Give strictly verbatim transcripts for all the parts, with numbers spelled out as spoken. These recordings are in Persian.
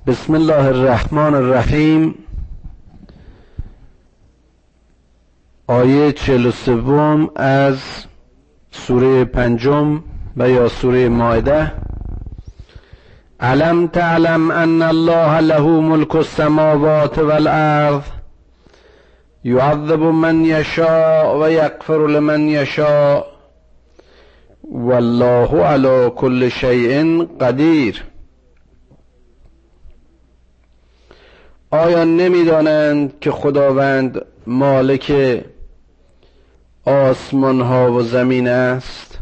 بسم الله الرحمن الرحیم. آیه چهل و سوم از سوره پنجم و یا سوره مائده. الم تعلم ان الله له ملک السماوات والارض یعذب من یشاء و یغفر لمن یشاء والله علی کل شیء قدیر. آیا نمیدانند که خداوند مالک آسمان ها و زمین است؟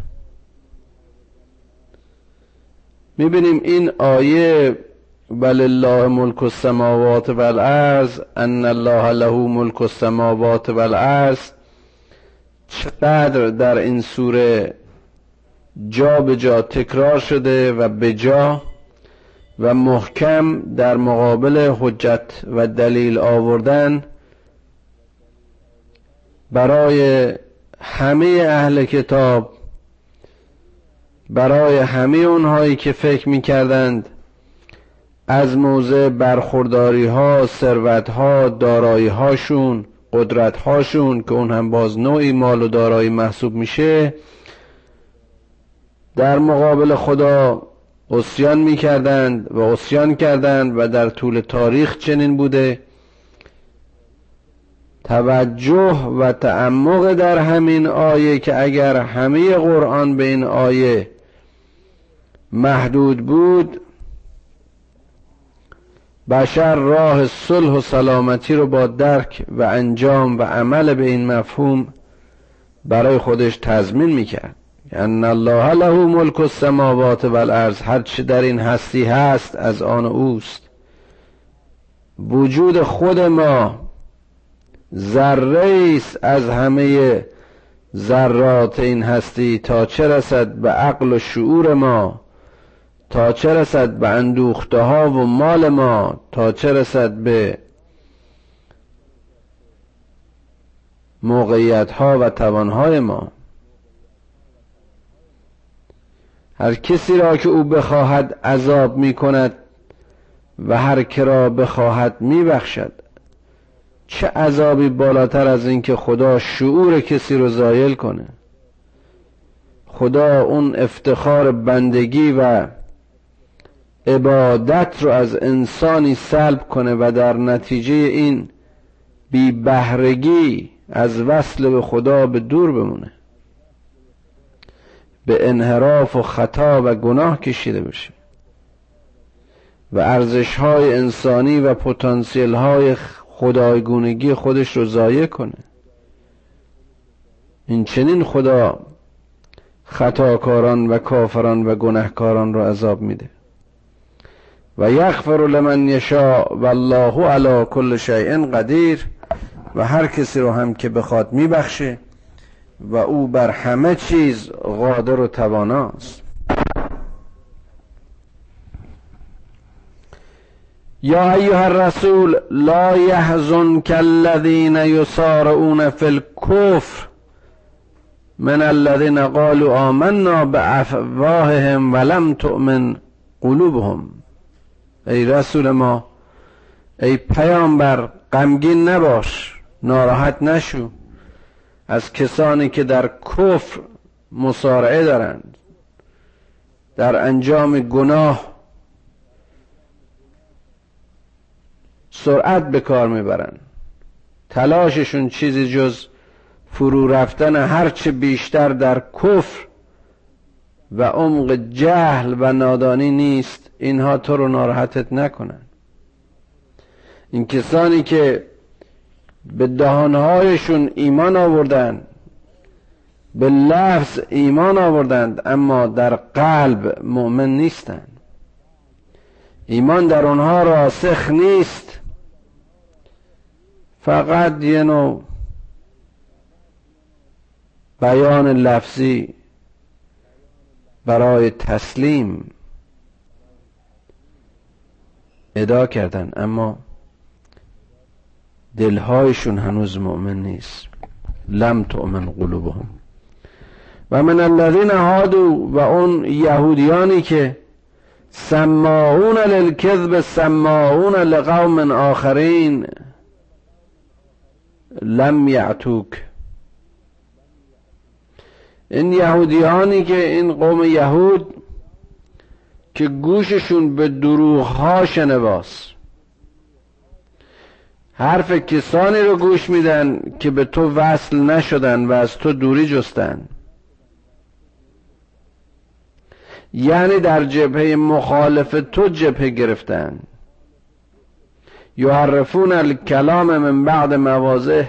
میبینیم این آیه ولله ملک السماوات والارض، ان الله له ملک السماوات والارض، چقدر در این سوره جا به جا تکرار شده و به جا و محکم در مقابل حجت و دلیل آوردن برای همه اهل کتاب، برای همه اونهایی که فکر می‌کردند از موضع برخورداری ها، ثروت ها، دارایی هاشون، قدرت هاشون که اون هم باز نوعی مال و دارایی محسوب میشه، در مقابل خدا عصیان می‌کردند و عصیان کردند و در طول تاریخ چنین بوده. توجه و تعمق در همین آیه که اگر همه قرآن به این آیه محدود بود، بشر راه صلح و سلامتی رو با درک و انجام و عمل به این مفهوم برای خودش تضمین میکرد. ان الله له ملک السماوات والارض، هر چه در این هستی هست از آن اوست. وجود خود ما ذره است از همه ذرات این هستی، تا چه رسد به عقل و شعور ما، تا چه رسد به اندوخته ها و مال ما، تا چه رسد به موقعیت ها و توانهای ما. هر کسی را که او بخواهد عذاب می کند و هر که را بخواهد می بخشد. چه عذابی بالاتر از این که خدا شعور کسی رو زایل کنه، خدا اون افتخار بندگی و عبادت رو از انسانی سلب کنه و در نتیجه این بی بهرگی از وصل به خدا به دور بمونه، به انحراف و خطا و گناه کشیده بشه و ارزش‌های انسانی و پتانسیل‌های خدایگونگی خودش رو ضایع کنه. این چنین خدا خطاکاران و کافران و گناهکاران رو عذاب میده. و یغفر لمن یشاء والله علی کل شیء قدیر، و هر کسی رو هم که بخواد میبخشه و او بر همه چیز قادر و تواناست. یا ایها الرسول لا یحزنک الذین یسارعون فی الکفر من الذین قالوا آمنا بافواههم ولم تؤمن قلوبهم. ای رسول ما، ای پیامبر، غمگین نباش، ناراحت نشو از کسانی که در کفر مسارعه دارند، در انجام گناه سرعت به کار میبرند، تلاششون چیزی جز فرو رفتن هرچه بیشتر در کفر و عمق جهل و نادانی نیست. اینها تو رو ناراحتت نکنن. این کسانی که به دهانهایشون ایمان آوردند، به لفظ ایمان آوردند، اما در قلب مؤمن نیستند، ایمان در اونها راسخ نیست، فقط یه نوع بیان لفظی برای تسلیم ادا کردن، اما دلهایشون هنوز مؤمن نیست. لم تؤمن قلوبهم. و من الذین هادوا، و اون یهودیانی که سماعون للکذب سماعون لقوم آخرین لم یعتوک. این یهودیانی که این قوم یهود که گوششون به دروغ ها شنواست، حرف کسانی رو گوش میدن که به تو وصل نشدن و از تو دوری جستن، یعنی در جبهه مخالف تو جبهه گرفتن. یحرفون الکلام من بعد مواضعه،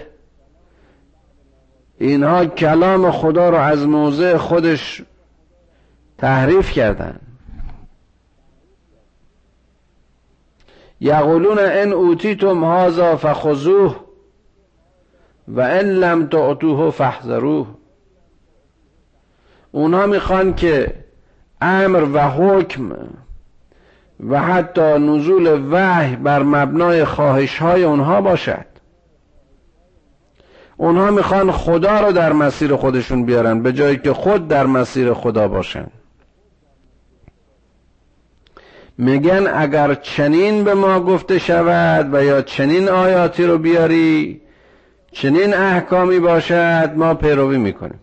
اینها کلام خدا رو از موضع خودش تحریف کردن. یقولون ان اوتیتم هذا فخذوه و ان لم تعطوه فاحذروه. اونها میخوان که امر و حکم و حتی نزول وحی بر مبنای خواهش های اونها باشد. اونها میخوان خدا رو در مسیر خودشون بیارن به جایی که خود در مسیر خدا باشن. میگن اگر چنین به ما گفته شود و یا چنین آیاتی رو بیاری، چنین احکامی باشد، ما پیروی میکنیم.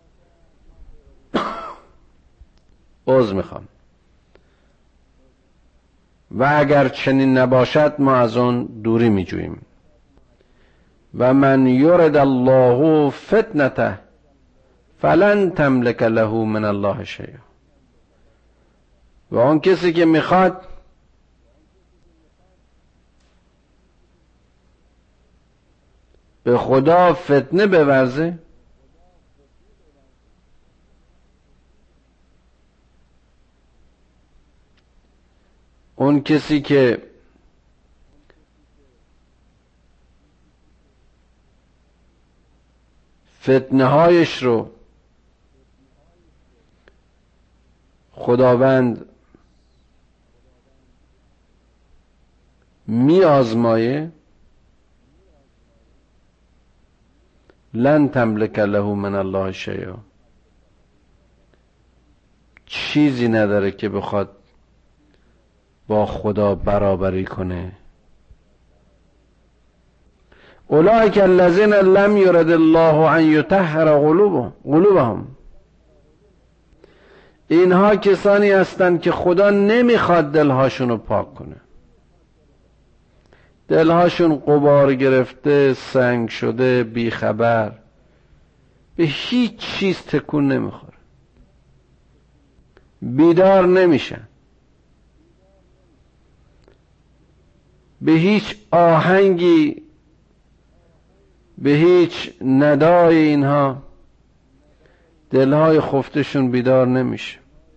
عذر میخوام. و اگر چنین نباشد ما از اون دوری میجوییم. و من یرد الله فتنته فلن تملک له من الله شیئا. و اون کسی که میخواد به خدا فتنه بورزه، اون کسی که فتنه هایش رو خداوند می آزمایه، لن تملک له من الله شیئا، چیزی نداره که بخواد با خدا برابری کنه. اولئک الذین لم یرد الله ان یطهر قلوبهم. اینها کسانی هستند که خدا نمیخواد دلهاشون رو پاک کنه. دلهاشون غبار گرفته، سنگ شده، بیخبر، به هیچ چیز تکون نمیخوره، بیدار نمیشن، به هیچ آهنگی، به هیچ ندای اینها دلهای خفتشون بیدار نمیشه.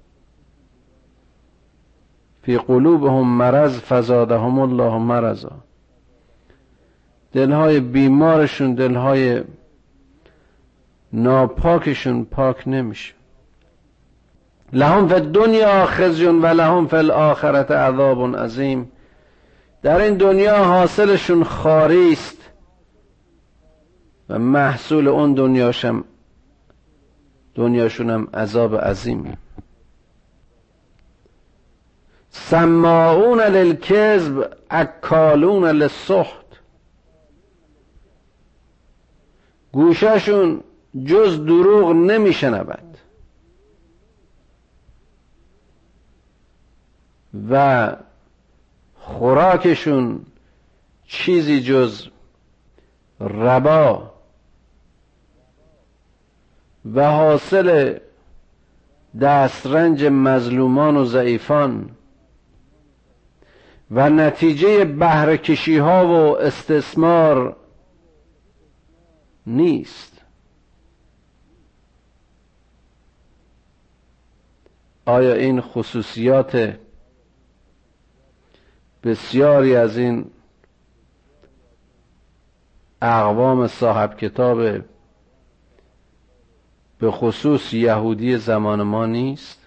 فی قلوبهم مرض فزادهم الله مرضا. دلهای بیمارشون، دلهای ناپاکشون پاک نمیشه. لهم فی الدنیا خزی و لهم فی الاخرة عذاب عظیم. در این دنیا حاصلشون خواری است و محصول اون دنیاشم دنیاشون هم عذاب عظیمی. سماعون للکذب اکالون للسحت. گوشاشون جز دروغ نمیشنود و خوراکشون چیزی جز ربا و حاصل دسترنج مظلومان و ضعیفان و نتیجه بهره کشی ها و استثمار نیست. آیا این خصوصیات بسیاری از این اقوام صاحب کتاب به خصوص یهودی زمان ما نیست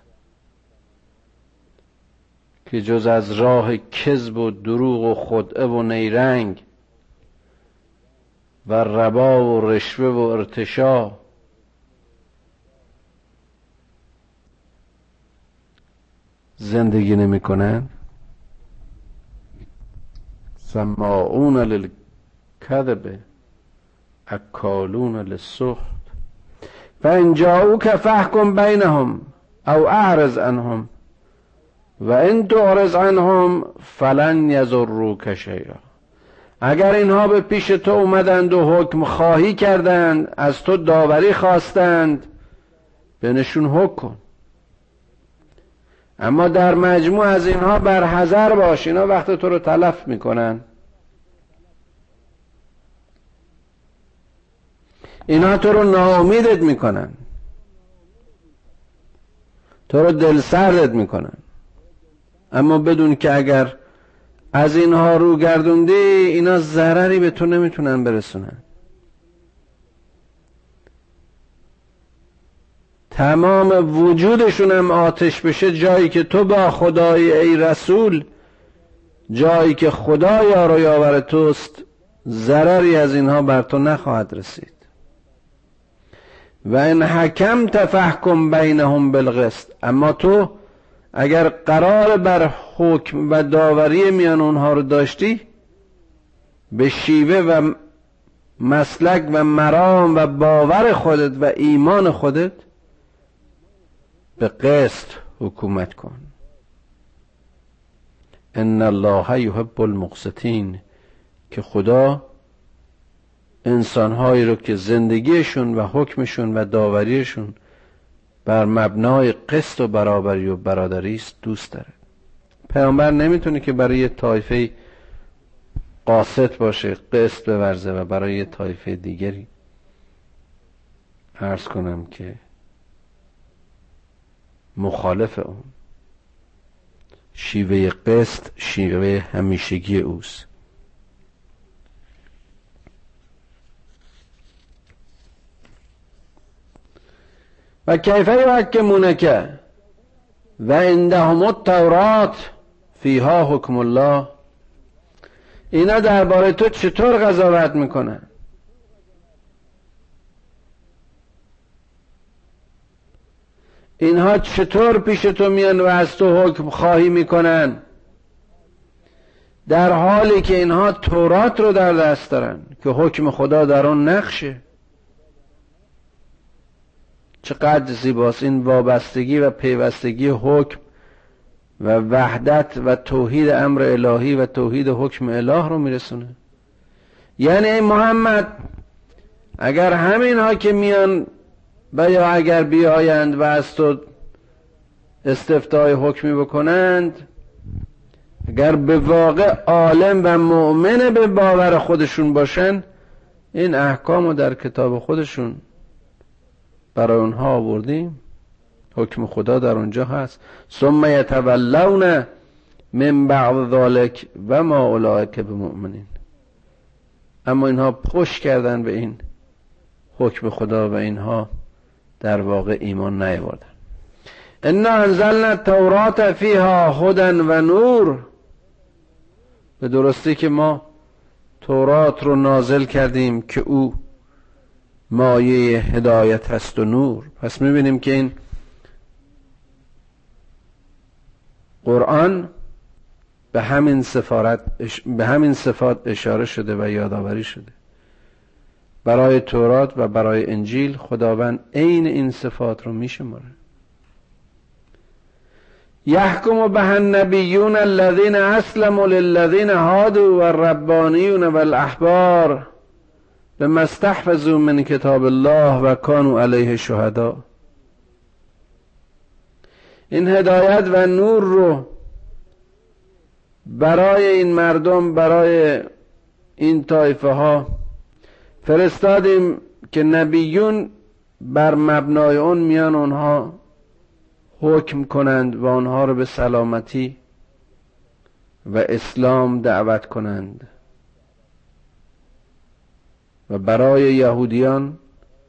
که جز از راه کذب و دروغ و خدعه و نیرنگ و ربا و رشوه و ارتشا زندگی نمی کنن؟ سماعون للکذب اکالون للسحت فان جاءوک فاحکم بینهم او اعرض عنهم و ان تعرض عنهم فلن یضروک شیئا. اگر اینها به پیش تو اومدند و حکم خواهی کردند، از تو داوری خواستند، بینشون حکم کن، اما در مجموع از اینها برحذر باش، اینا وقت تو رو تلف میکنن، اینا تو رو ناامیدت میکنن، تو رو دل سردت میکنن. اما بدون که اگر از اینها رو گردوندی، اینا ضرری به تو نمیتونن برسونن. تمام وجودشون هم آتش بشه، جایی که تو با خدای ای رسول، جایی که خدا یار و یاور توست، ضرری از اینها بر تو نخواهد رسید. و ان حکمت فاحکم بینهم بالقسط. اما تو اگر قرار بر حکم و داوری میان اونها رو داشتی، به شیوه و مسلک و مرام و باور خودت و ایمان خودت به قسط حکومت کن. ان الله یحب المقسطین، که خدا انسانهایی رو که زندگیشون و حکمشون و داوریشون بر مبنای قسط و برابری و برادری است دوست داره. پیامبر نمیتونه که برای یه طایفه قاسط باشه، قسط بورزه، و برای یه طایفه دیگری عرض کنم که مخالف اون. شیوه قسط شیوه همیشگی اوست. و کیف یحکمونک و عندهم التورات فیها حکم الله. اینا درباره تو چطور قضاوت میکنن؟ اینها چطور پیش تو میان و از تو حکم خواهی میکنن، در حالی که اینها تورات رو در دست دارن که حکم خدا در آن نقشه. چقدر زیباست این وابستگی و پیوستگی حکم و وحدت و توحید امر الهی و توحید حکم اله رو میرسونه. یعنی ای محمد، اگر همین ها که میان و یا اگر بیایند و از تو استفتای حکمی بکنند، اگر به واقع عالم و مؤمن به باور خودشون باشن، این احکام رو در کتاب خودشون برای اونها آوردیم، حکم خدا در اونجا هست. ثم یتولون من بعد ذلک و ما اولئک بمؤمنین. اما اینها پشت کردن به این حکم خدا و اینها در واقع ایمان نیاوردن. انا انزلنا التوراة فیها هدی و نور. به درستی که ما تورات رو نازل کردیم که او مایه هدایت هست و نور. پس میبینیم که این قرآن به همین صفات به همین صفات اشاره شده و یادآوری شده. برای تورات و برای انجیل خداوند عین این صفات رو میشماره. یحکم به النبیون الذین اسلموا للذین هادوا والربانیون والاحبار بما استحفظوا من کتاب الله و کانوا علیه شهدا. این هدایت و نور رو برای این مردم، برای این طایفه ها فرستادیم که نبیون بر مبنای اون میان اونها حکم کنند و آنها رو به سلامتی و اسلام دعوت کنند. و برای یهودیان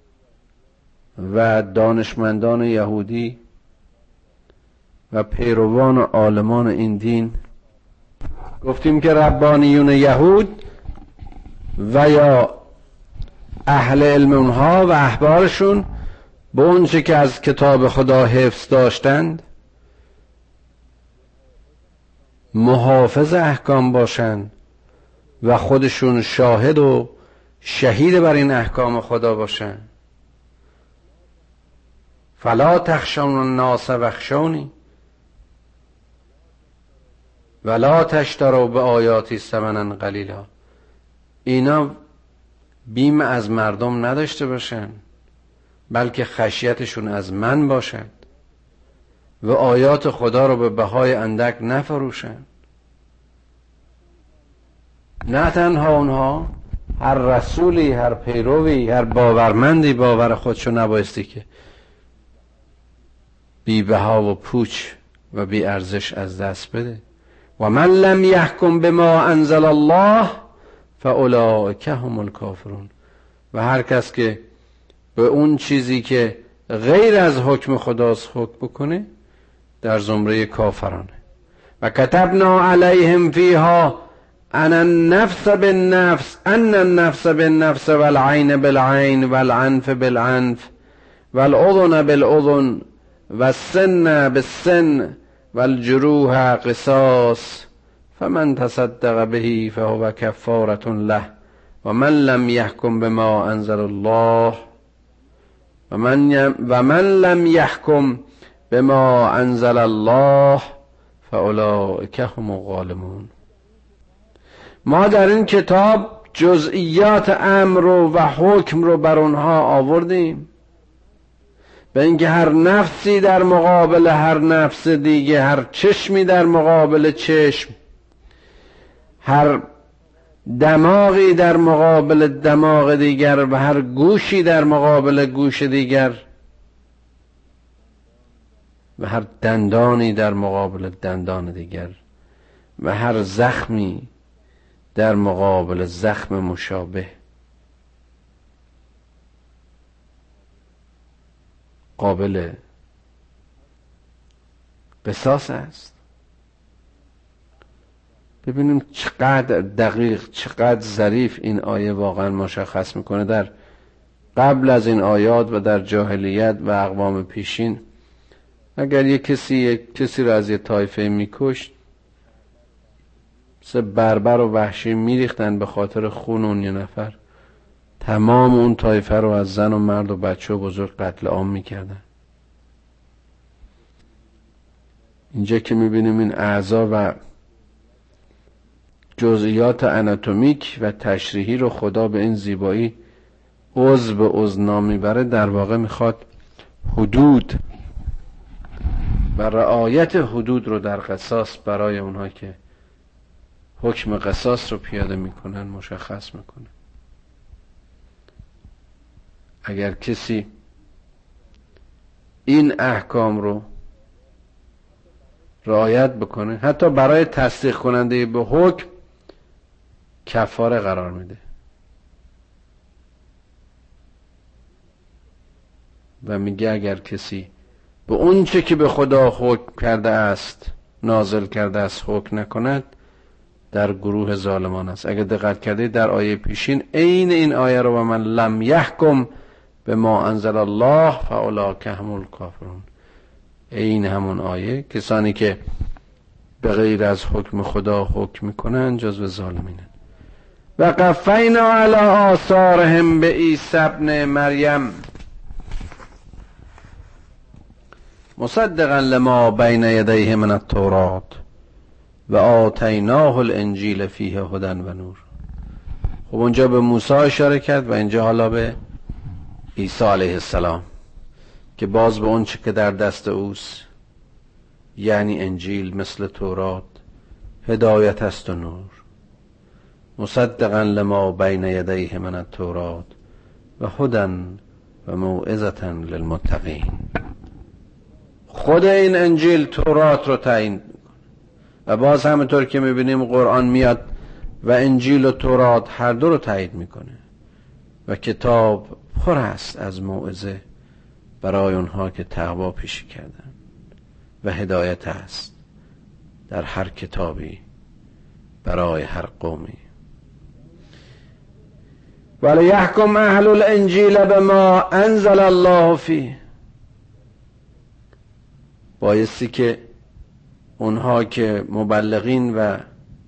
و دانشمندان یهودی و پیروان و عالمان این دین گفتیم که ربانیون یهود و یا اهل علم اونها و احبارشون به اون چه که از کتاب خدا حفظ داشتند محافظ احکام باشن و خودشون شاهد و شهید بر این احکام خدا باشن. فلا تخشون الناس واخشونی ولا تشتروا بآیاتی ثمنا قلیلا. اینا بیم از مردم نداشته باشن، بلکه خشیتشون از من باشد و آیات خدا رو به بهای اندک نفروشن. نه تنها اونها، هر رسولی، هر پیروی، هر باورمندی باور خودشو نبایستی که بی بها و پوچ و بی ارزش از دست بده. و من لم یحکم بما انزل الله فاولئک هم الکافرون. و هر کس که به اون چیزی که غیر از حکم خداست حکم بکنه در زمره کافرانه. و کتبنا علیهم فیها ان النفس بالنفس ان النفس بالنفس والعین بالعین والعنف بالعنف والاذن بالاذن والسن بالسن والجروح قصاص فمن تصدق به فهو کفارة له و من لم یحکم بما انزل الله و من, و من لم یحکم بما انزل الله فاولئک هم الظالمون. ما در این کتاب جزئیات امر و حکم رو بر اونها آوردیم، به اینکه هر نفسی در مقابل هر نفس دیگه، هر چشمی در مقابل چشم، هر دماغی در مقابل دماغ دیگر و هر گوشی در مقابل گوش دیگر و هر دندانی در مقابل دندان دیگر و هر زخمی در مقابل زخم مشابه قابل قصاص است. ببینیم چقدر دقیق، چقدر ظریف این آیه واقعا مشخص میکنه. در قبل از این آیات و در جاهلیت و اقوام پیشین اگر یک کسی یک کسی را از یه طایفه میکشت، مثل بربر و وحشی میریختن به خاطر خون اون یه نفر، تمام اون طایفه رو از زن و مرد و بچه و بزرگ قتل عام میکردن. اینجا که میبینیم این اعضا و جزئیات آناتومیک و تشریحی رو خدا به این زیبایی عضو به عضو نام میبره، در واقع میخواد حدود و رعایت حدود رو در قصاص برای اونها که حکم قصاص رو پیاده میکنن مشخص میکنه. اگر کسی این احکام رو رعایت بکنه، حتی برای تصدیق کننده به حکم کفاره قرار میده و میگه اگر کسی به اون چه که به خدا حکم کرده است نازل کرده است حکم نکند، در گروه ظالمان است. اگر دقت کردید در آیه پیشین عین این آیه رو و من لم یحکم به ما انزل الله فاولئک هم الکافرون، عین همون آیه، کسانی که به غیر از حکم خدا حکم میکنن جزو ظالمینن. و قفینا علی آثارهم به عیسی ابن مریم مصدقا لما بین یدیه من التوراة و آتیناه الانجیل فیه هدی و نور. خب اونجا به موسی اشاره کرد و اینجا حالا به عیسی علیه السلام که باز به اون چه که در دست اوست، یعنی انجیل مثل تورات، هدایت است و نور. مصدقا لما بین یدیه من التوراة و هدی و موعظة للمتقین. خود این انجیل تورات رو تعیین میکنه و باز همونطور که میبینیم قرآن میاد و انجیل و تورات هر دو رو تایید میکنه و کتاب پر است از موعظه برای اونها که تقوا پیشه کردن و هدایت است در هر کتابی برای هر قومی. ولیحکم اهل الانجیل بما انزل الله فیه. بایستی که اونها که مبلغین و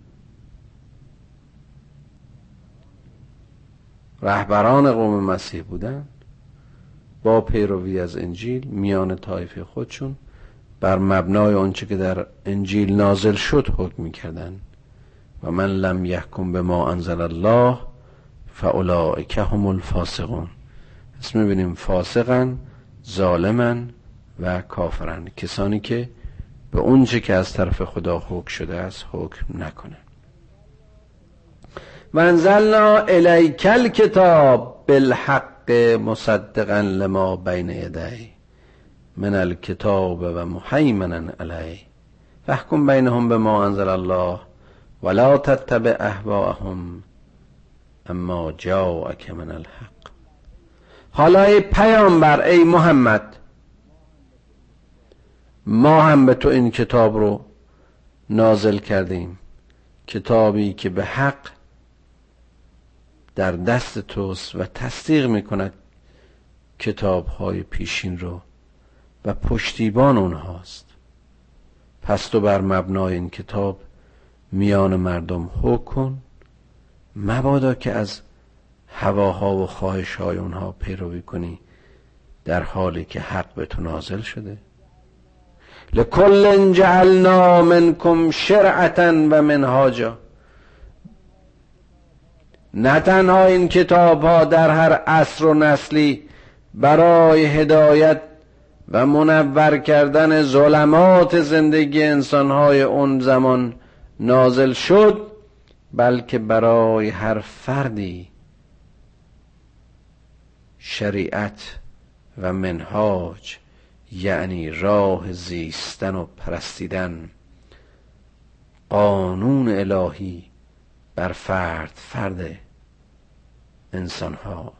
رهبران قوم مسیح بودن، با پیروی از انجیل میان طایفه خودشون بر مبنای آنچه که در انجیل نازل شد حکم می‌کردند و من لم یحکم بما انزل الله فاولئک هم الفاسقون. پس می‌بینیم فاسقن، ظالمن و کافرن، کسانی که به اونچه که از طرف خدا حکم شده است حکم نکنه. و انزلنا الیک الکتاب بالحق مصدقا لما بین یدیه من الکتاب و مهیمنا علیه فاحکم بینهم بما انزل الله ولا تتبع اهواءهم اما جاءک من الحق. حالا ای پیامبر، ای محمد، ما هم به تو این کتاب رو نازل کردیم، کتابی که به حق در دست توست و تصدیق میکند کتاب‌های پیشین رو و پشتیبان اونهاست. پس تو بر مبنای این کتاب میان مردم حکم کن، مبادا که از هواها و خواهش‌های اونها پیروی کنی در حالی که حق به تو نازل شده. لکل جعلنا منکم شرعة و منهاجا. نه تنها این کتاب ها در هر عصر و نسلی برای هدایت و منور کردن ظلمات زندگی انسانهای اون زمان نازل شد، بلکه برای هر فردی شریعت و منهاج، یعنی راه زیستن و پرستیدن، قانون الهی بر فرد فرد انسانها،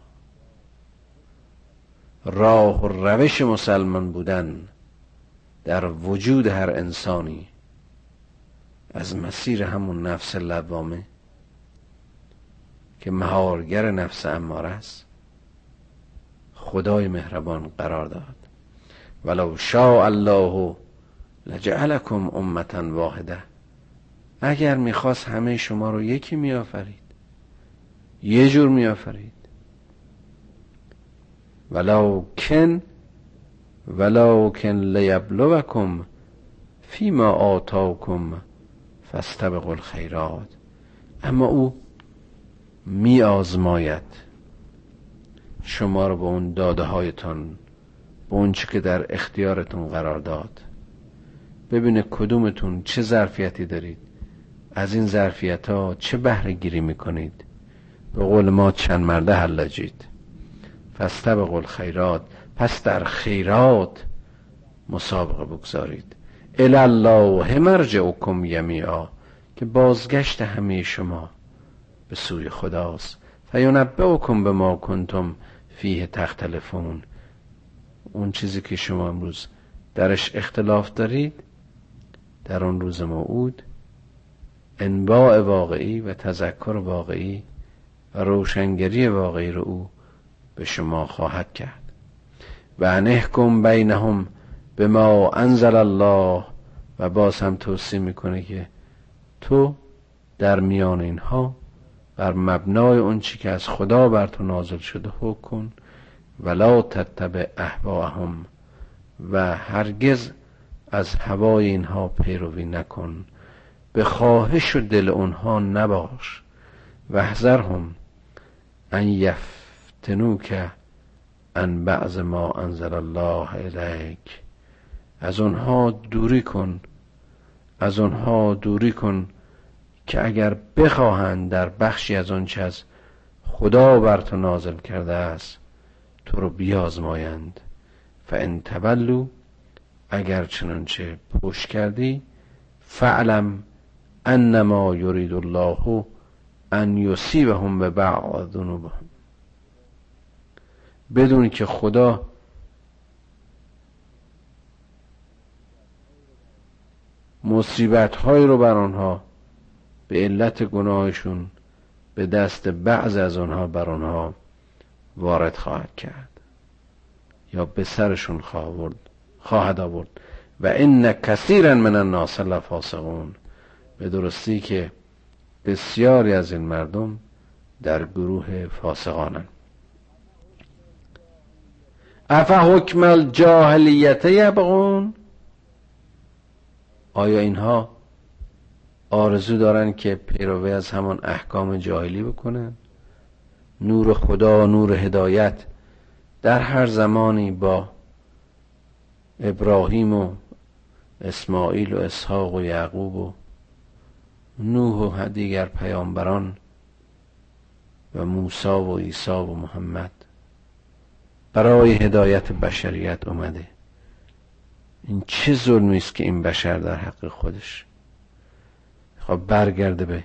راه و روش مسلمان بودن در وجود هر انسانی از مسیر همون نفس لوامه که مهارگر نفس اماره است خدای مهربان قرار داد. ولو شاء الله لجعلکم امة واحده. اگر میخواست همه شما رو یکی میآفرید، یه جور میآفرید. ولکن ولکن لیبلوکم فیما آتاکم فاستبقوا الخیرات. اما او می آزماید شما رو به اون داده هایتان، به اون چی که در اختیارتون قرار داد، ببینه کدومتون چه ظرفیتی دارید، از این ظرفیت ها چه بهره گیری میکنید. به قول ما چند مرده حلاجید. فاستبقوا الخیرات، پس در خیرات مسابقه بگذارید. الی الله مرجعکم جمیعا، که بازگشت همه شما به سوی خداست. فینبئکم بما کنتم فیه تختلفون. اون چیزی که شما امروز درش اختلاف دارید، در اون روز موعود انباء واقعی و تذکر واقعی و روشنگری واقعی رو او به شما خواهد کرد. و انحکم بینهم بما انزل الله. و باز هم توصیه میکنه که تو در میان اینها بر مبنای اون چی که از خدا بر تو نازل شده حکم کن. ولا تتبع اهواءهم، و هرگز از هوای اینها پیروی نکن، به خواهش و دل اونها نباش. واحذرهم ان یفتنوک عن بعض ما انزل الله الیک. از اونها دوری کن، از اونها دوری کن که اگر بخواهند در بخشی از آن چه از خدا بر تو نازل کرده است تو رو بیازمایند. فان تولوا، اگر چنانچه پشت کردی، فاعلم انما یرید الله ان یصیبهم ببعض ذنوبهم. بدون که خدا مصیبت های رو بر آنها به علت گناهشون به دست بعض از آنها بر آنها وارد خواهد کرد یا به سرشون خواهد آورد. و ان کثیرا من الناس لفاسقون، به درستی که بسیاری از این مردم در گروه فاسقانند. افحکم الجاهلیت یبغون، آیا اینها آرزو دارن که پیروی از همان احکام جاهلی بکنن؟ نور خدا، نور هدایت در هر زمانی با ابراهیم و اسماعیل و اسحاق و یعقوب و نوح و دیگر پیامبران و موسی و عیسی و محمد برای هدایت بشریت اومده. این چه ظلمی است که این بشر در حق خودش خب برگرده به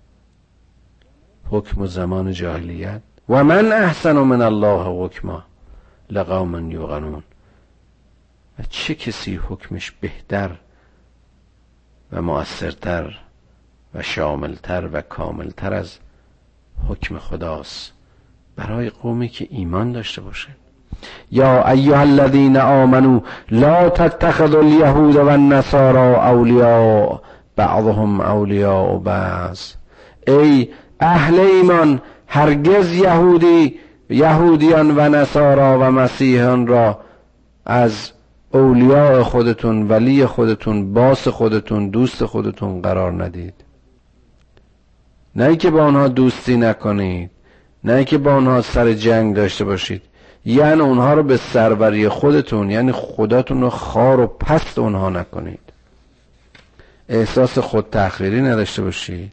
حکم و زمان جاهلیت. و من احسن من الله حکما لقوم یوقنون، و چه کسی حکمش بهتر و مؤثرتر و شاملتر و کاملتر از حکم خداست برای قومی که ایمان داشته باشه. یا ایها الذین آمنوا لا تتخذوا اليهود والنصارى اولیاء بعضهم اولیاء بعض، ای اهل ایمان هرگز یهودی یهودیان و نصارا و مسیحیان را از اولیاء خودتون، ولی خودتون، باس خودتون، دوست خودتون قرار ندید. نه که با آنها دوستی نکنید، نه که با آنها سر جنگ داشته باشید، یعنی اونها رو به سروری خودتون، یعنی خداتون رو خار و پست اونها نکنید. احساس خود تحقیری نداشته باشید.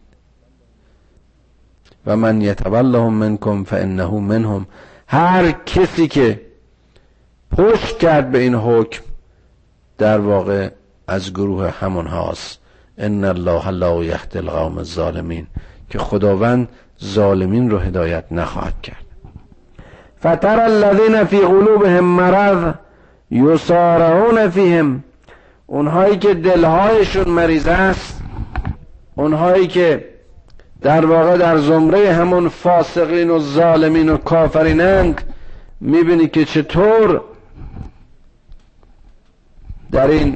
و من یتولهم منکم فانه منهم، هر کسی که پشت کرد به این حکم در واقع از گروه همون هاست. ان الله لا یهدی القوم الظالمین، که خداوند ظالمین رو هدایت نخواهد کرد. فتر الذین فی قلوبهم مرض یسارعون فیهم، اونهایی که دلهایشون مریض است، اونهایی که در واقع در زمره همون فاسقین و ظالمین و کافرینند، میبینی که چطور در این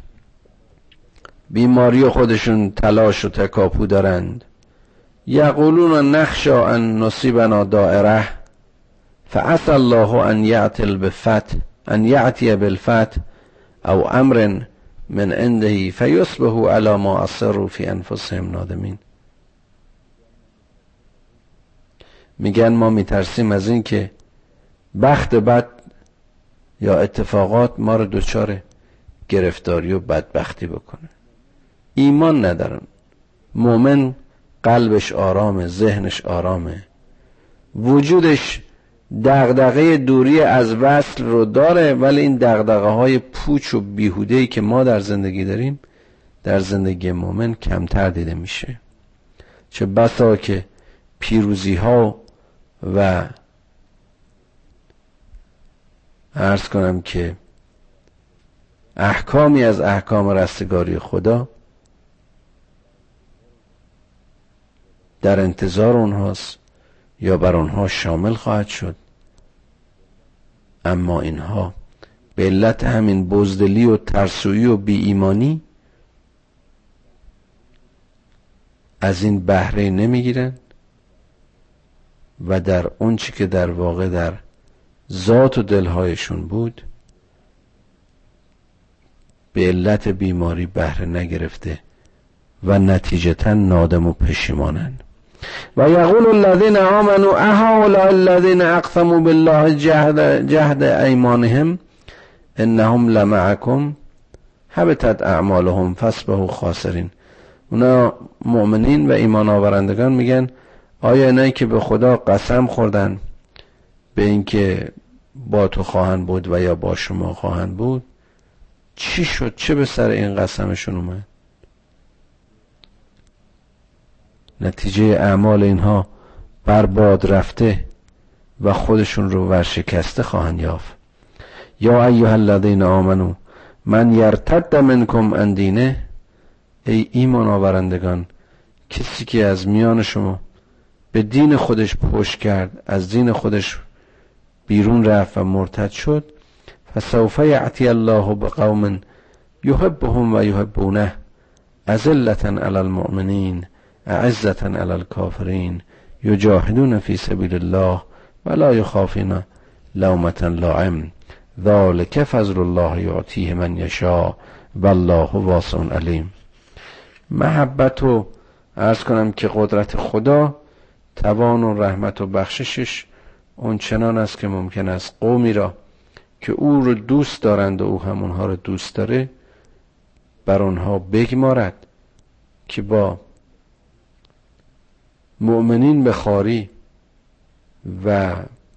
بیماری خودشون تلاش و تکاپو دارند. یقولون نخشا ان نصیبنا دائره فعسى الله ان یأتی بالفتح ان یأتی بالفتح او امر من عنده فیصبحوا علی ما اصروا فی انفسهم نادمین. میگن ما میترسیم از این که بخت بد یا اتفاقات ما رو دچار گرفتاری و بدبختی بکنه. ایمان ندارن. مومن قلبش آرامه، ذهنش آرامه، وجودش دغدغه دوری از وصل رو داره، ولی این دغدغه های پوچ و بیهوده‌ای که ما در زندگی داریم در زندگی مومن کمتر دیده میشه. چه بسا که پیروزی ها و عرض کنم که احکامی از احکام رستگاری خدا در انتظار اونهاست یا بر اونها شامل خواهد شد، اما اینها به علت همین بزدلی و ترسویی و بی ایمانی از این بهره نمیگیرن و در اون چی که در واقع در ذات و دلهایشون بود به علت بیماری بهره نگرفته و نتیجتا نادم و پشیمانند. و یقول الذین آمنوا اهؤلاء الذین اقسموا بالله جهد جهد ایمانهم انهم لمعکم حبطت اعمالهم فاصبحوا خاسرین. اونا مؤمنین و ایمان آورندگان میگن آیا اینایی که به خدا قسم خوردن به اینکه با تو خواهند بود و یا با شما خواهند بود، چی شد؟ چه به سر این قسمشون اومد؟ نتیجه اعمال اینها برباد رفته و خودشون رو ورشکسته خواهند یافت. یا ایها الذین آمنو من یرتد منکم عن دینه، ای ایمان آورندگان کسی که از میان شما به دین خودش پشت کرد، از دین خودش بیرون رفت و مرتد شد، فسوف یأتی الله بقوم یحبهم و یحبونه اذلة علی المؤمنین اعزة علی الکافرین یجاهدون فی سبیل الله ولا یخافون لومة لائم ذلک فضل الله یعطیه من یشاء والله واسع علیم. محبت و عرض کنم که قدرت خدا، توان و رحمت و بخششش اون چنان است که ممکن است قومی را که او رو دوست دارند و او هم اونها رو دوست داره بر اونها بگمارد که با مؤمنین به خواری و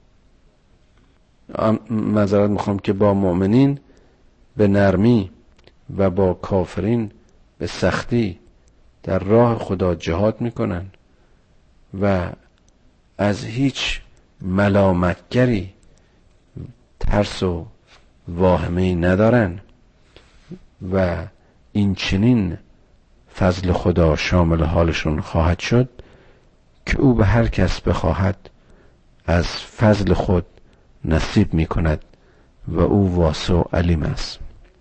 معذرت میخوام که با مؤمنین به نرمی و با کافرین به سختی در راه خدا جهاد میکنن و از هیچ ملامتگری ترس و واهمه‌ای ندارن و این چنین فضل خدا شامل حالشون خواهد شد که او به هر کس بخواهد از فضل خود نصیب می کند و او واسع و علیم است.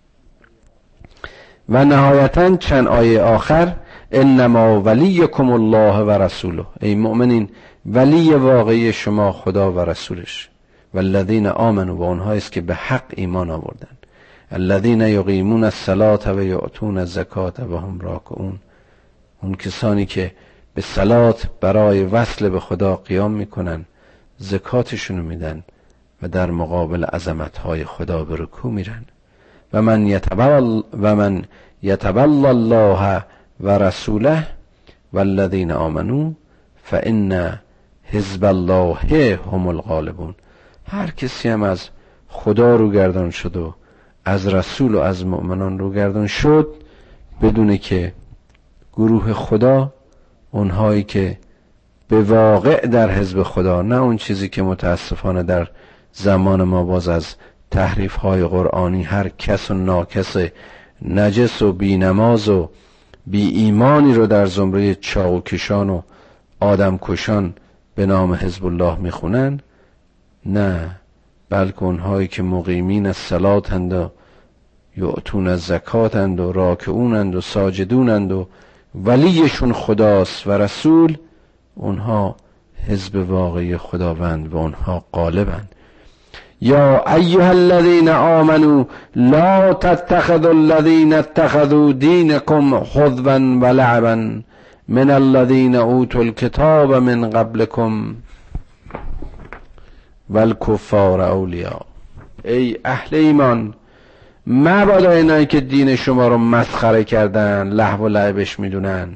و نهایتاً چند آیه آخر انما ولیکم الله و رسوله، ای مؤمنین ولی واقعی شما خدا و رسولش، والذین آمنوا، و اونهایی است که به حق ایمان آوردن، الذین یقیمون الصلاة و یؤتون الزکاة و هم راکعون، اون کسانی که به صلات برای وصل به خدا قیام میکنن، زکاتشونو میدن و در مقابل عظمتهای خدا به رکوع میرن. و من یتبل و من یتبل الله و رسوله والذین آمنوا فان حزب الله هم الغالبون. هر کسی هم از خدا رو گردان شد و از رسول و از مؤمنان رو گردان شد، بدونه که گروه خدا، اونهایی که به واقع در حزب خدا، نه اون چیزی که متاسفانه در زمان ما باز از تحریف های قرآنی هر کس و ناکس نجس و بی نماز و بی ایمانی رو در زمره چاقوکشان و آدم کشان به نام حزب الله میخونن. نه، بلکه اونهایی که مقیمین از صلاتند و یعطون از زکاتند و راکعونند و ساجدونند و ولیشون خداست و رسول، اونها حزب واقعی خداوند و اونها غالبند. یا ایها الذین آمنوا لا تتخذوا الذین اتخذوا دینکم حظوا و لعبا من الذین اوتوا الکتاب من قبلکم والکفار اولیاء. ای اهل ایمان، مبادا اینایی که دین شما رو مسخره کردن، لهو و لعبش میدونن،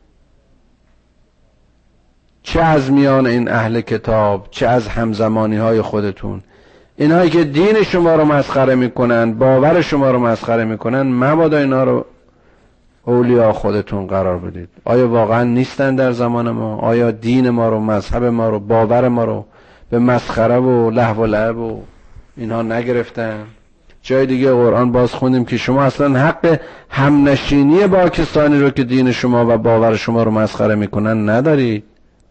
چه از میان این اهل کتاب چه از همزمانی های خودتون، اینایی که دین شما رو مسخره میکنن، باور شما رو مسخره میکنن، مبادا اینا رو اولیاء خودتون قرار بدید. آیا واقعا نیستن در زمان ما؟ آیا دین ما رو، مذهب ما رو، باور ما رو به مسخره و لهو و لعب و اینها نگرفتن؟ جای دیگه قرآن باز خوندیم که شما اصلا حق همنشینی با کسانی رو که دین شما و باور شما رو مسخره میکنن ندارید.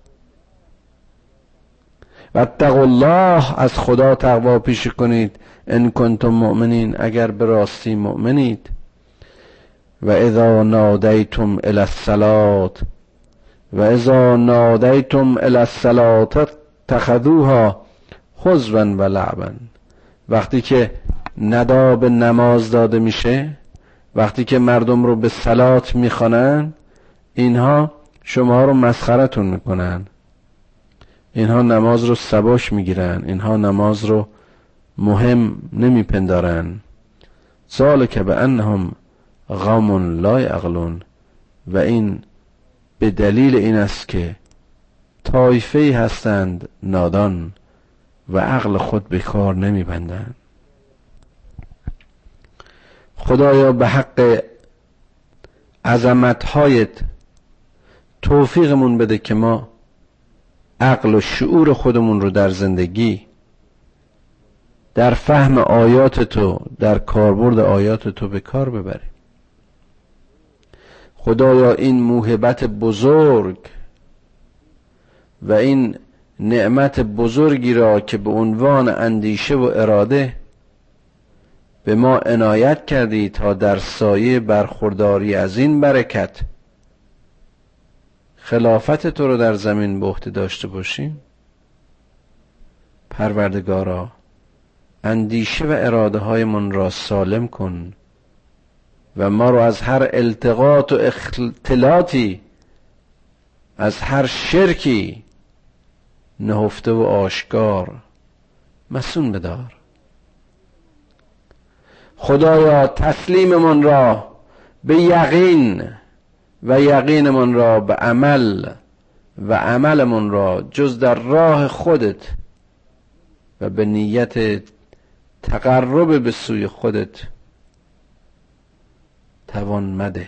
واتقوا الله، از خدا تقوا پیشه کنید، ان کنتم مؤمنین، اگر به راستی مؤمنید. و اذا نادیتم الی الصلاة و اذا نادیتم الی الصلاة اتخذوها حزوا و لعبا، وقتی که ندا به نماز داده میشه، وقتی که مردم رو به صلات میخوانن، اینها شما رو مسخرتون میکنن، اینها نماز رو سباش میگیرن، اینها نماز رو مهم نمیپندارن. ذالک بانهم قوم لا یعقلون، و این به دلیل این است که طایفه‌ای هستند نادان و عقل خود به کار نمیبندند. خدایا به حق عظمت‌هایت توفیقمون بده که ما عقل و شعور خودمون رو در زندگی، در فهم آیات تو، در کاربرد آیات تو به کار ببریم. خدایا این موهبت بزرگ و این نعمت بزرگی را که به عنوان اندیشه و اراده به ما عنایت کردی تا در سایه برخورداری از این برکت خلافت تو رو در زمین به عهده داشته باشیم. پروردگارا اندیشه و اراده های من را سالم کن و ما رو از هر التقاط و اختلاطی، از هر شرکی نهفته و آشکار مسون بدار. خدایا تسلیم من را به یقین و یقین من را به عمل و عمل من را جز در راه خودت و به نیت تقرب به سوی خودت توان مده.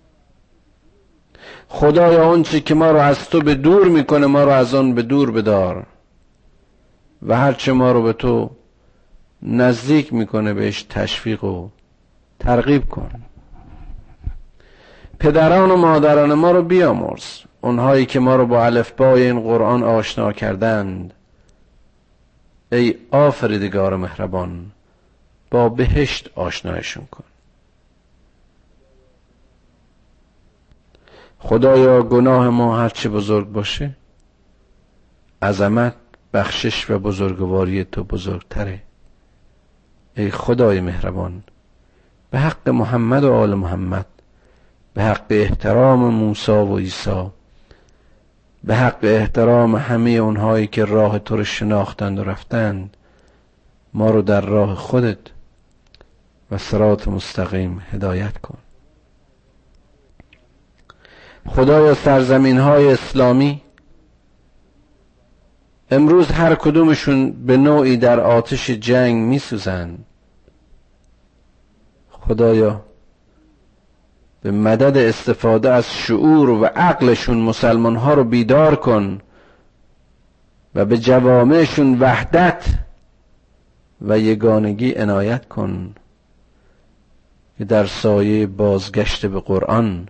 خدایا اون چی که ما رو از تو به دور میکنه ما رو از آن به دور بدار و هرچه ما رو به تو نزدیک میکنه بهش تشویق و ترغیب کن. پدران و مادران ما رو بیامرز، اونهایی که ما رو با الفبای این قرآن آشنا کردند. ای آفریدگار مهربان با بهشت آشنایشون کن. خدایا گناه ما هرچه بزرگ باشه عظمت، بخشش و بزرگواری تو بزرگتره. ای خدای مهربان به حق محمد و آل محمد، به حق احترام موسی و عیسی، به حق احترام همه اونهایی که راه تو رو شناختند و رفتند، ما رو در راه خودت و صراط مستقیم هدایت کن. خدایا سرزمین های اسلامی امروز هر کدومشون به نوعی در آتش جنگ می سوزند. خدایا به مدد استفاده از شعور و عقلشون مسلمان ها رو بیدار کن و به جوامعشون وحدت و یگانگی عنایت کن که در سایه بازگشت به قرآن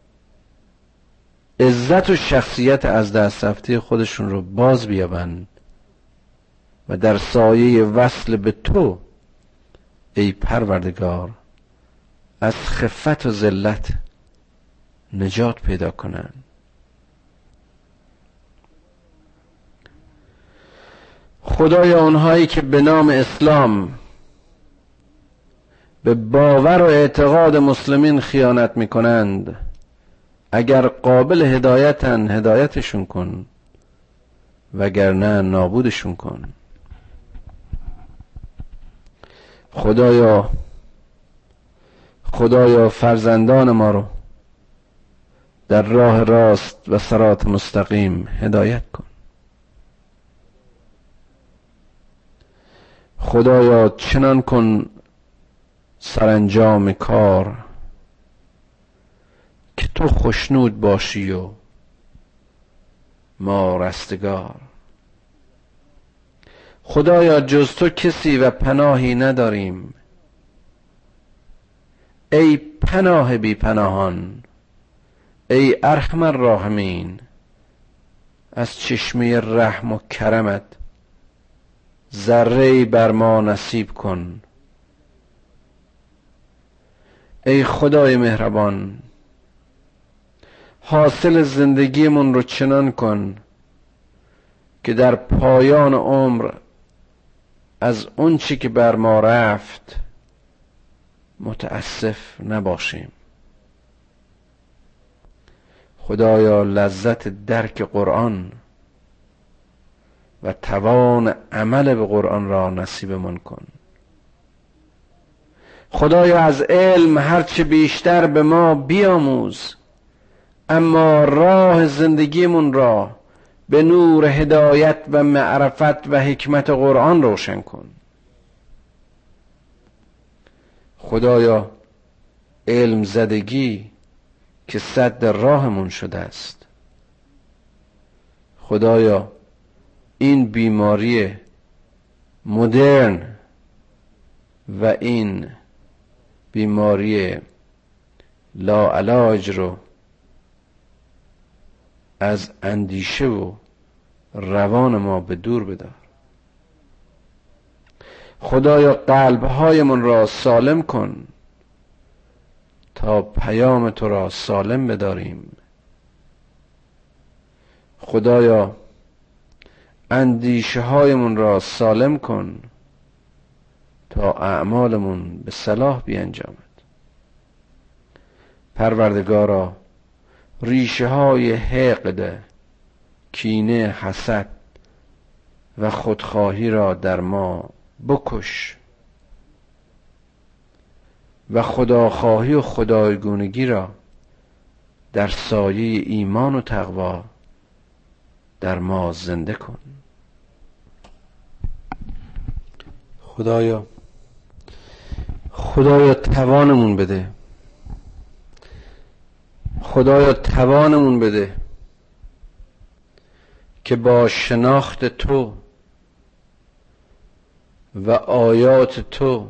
عزت و شخصیت از دست رفته خودشون رو باز بیابند و در سایه وصل به تو ای پروردگار از خفت و ذلت نجات پیدا کنند. خدایا اونهایی که به نام اسلام به باور و اعتقاد مسلمین خیانت میکنند، اگر قابل هدایتن هدایتشون کن وگرنه نابودشون کن. خدایا خدایا فرزندان ما رو در راه راست و صراط مستقیم هدایت کن. خدایا چنان کن سرانجام کار که تو خوشنود باشی و ما رستگار. خدایا جز تو کسی و پناهی نداریم. ای پناه بی پناهان، ای ارحم الراحمین، از چشمه رحم و کرمت ذره‌ای بر ما نصیب کن. ای خدای مهربان حاصل زندگیمون رو چنان کن که در پایان عمر از اون چی که بر ما رفت متاسف نباشیم. خدایا لذت درک قرآن و توان عمل به قرآن را نصیبمان کن. خدایا از علم هرچه بیشتر به ما بیاموز، اما راه زندگیمون را به نور هدایت و معرفت و حکمت قرآن روشن کن. خدایا علم زدگی که سد راهمون شده است، خدایا این بیماری مدرن و این بیماری لاعلاج رو از اندیشه و روان ما به دور بدار. خدایا قلب‌هایمان را سالم کن تا پیام تو را سالم بداریم. خدایا اندیشه هایمون را سالم کن تا اعمالمون به صلاح بیانجامد. پروردگارا ریشه های حقد، کینه، حسد و خودخواهی را در ما بکش و خداخواهی و خدایگونگی را در سایه ایمان و تقوا در ما زنده کن. خدایا خدایا توانمون بده، خدایا توانمون بده که با شناخت تو و آیات تو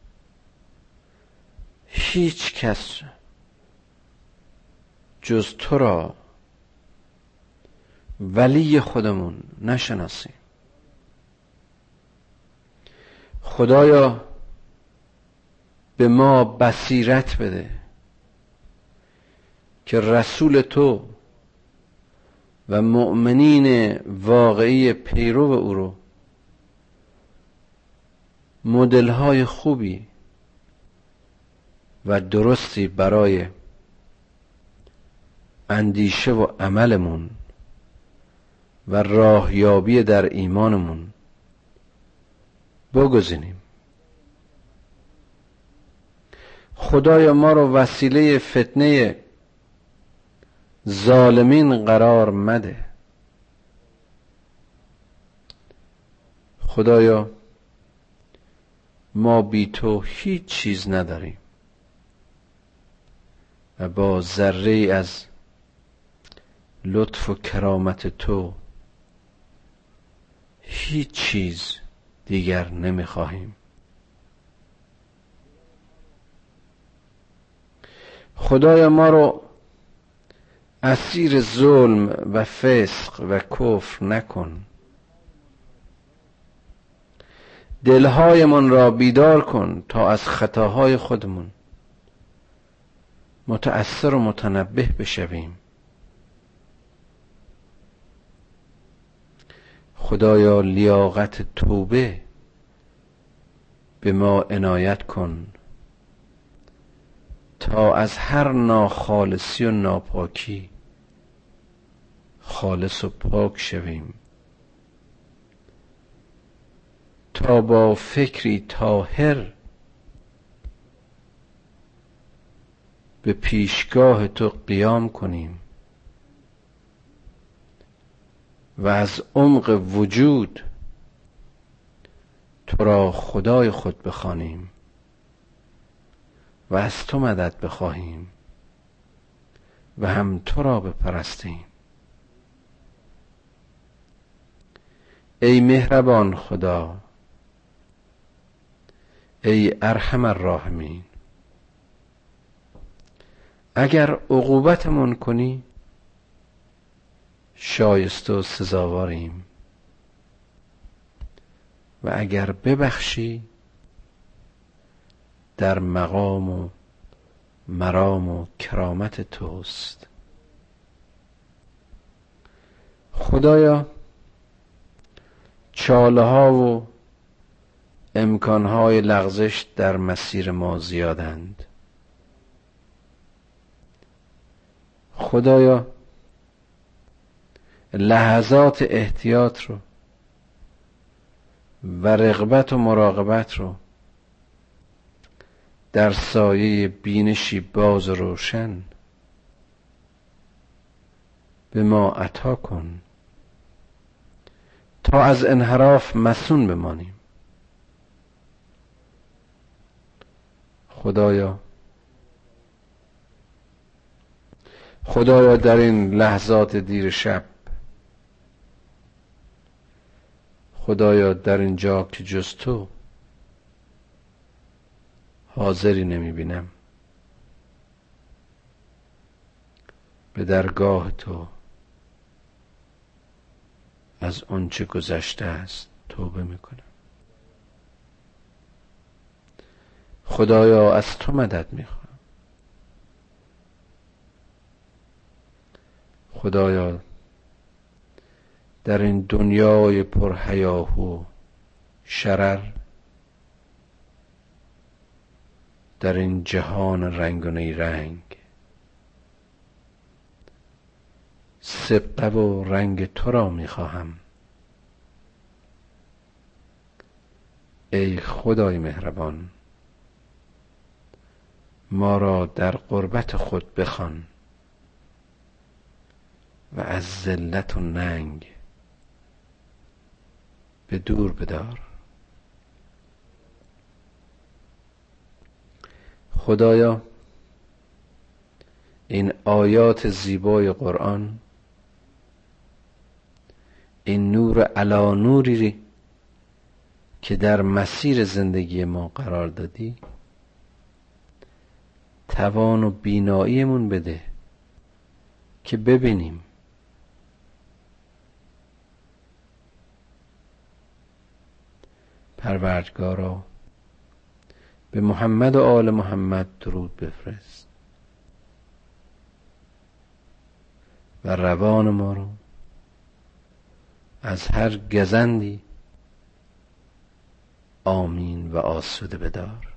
هیچ کس جز تو را ولی خودمون نشناسیم. خدایا به ما بصیرت بده که رسول تو و مؤمنین واقعی پیرو او رو مدل‌های خوبی و درستی برای اندیشه و عملمون و راهیابی در ایمانمون بگزینیم. خدایا ما رو وسیله فتنه ظالمین قرار مده. خدایا ما بی تو هیچ چیز نداریم و با ذره از لطف و کرامت تو هیچ چیز دیگر نمیخواهیم. خدایا ما رو اسیر ظلم و فسق و کفر نکن. دلهایمان را بیدار کن تا از خطاهای خودمون متأثر و متنبه بشویم. خدایا لیاقت توبه به ما عنایت کن تا از هر ناخالصی و ناپاکی خالص و پاک شویم، تا با فکری طاهر به پیشگاه تو قیام کنیم و از عمق وجود تو را خدای خود بخوانیم و از تو مدد بخواهیم و هم تو را بپرستیم. ای مهربان خدا، ای ارحم الراحمین، اگر عقوبتمون کنی شایسته و سزاواریم و اگر ببخشی در مقام و مرام و کرامت توست. خدایا چاله ها و امکان های لغزش در مسیر ما زیادند. خدایا لحظات احتیاط رو و رغبت و مراقبت رو در سایه بینشی باز و روشن به ما عطا کن تا از انحراف مصون بمانیم. خدایا خدایا در این لحظات دیر شب، خدایا در این جا که جز تو حاضری نمی بینم، به درگاه تو از آنچه گذشته است توبه میکنم. خدایا از تو مدد میخوام. خدایا در این دنیای پر هیاهو شرر، در این جهان رنگ و نیرنگ، سبقه و رنگ تو را میخواهم. ای خدای مهربان، ما را در قربت خود بخوان و از ذلت و ننگ به دور بدار. خدایا این آیات زیبای قرآن، این نور علی نوری که در مسیر زندگی ما قرار دادی، توان و بیناییمون بده که ببینیم. پروردگارا به محمد و آل محمد درود بفرست و روان ما رو از هر گزندی آمین و آسوده بدار.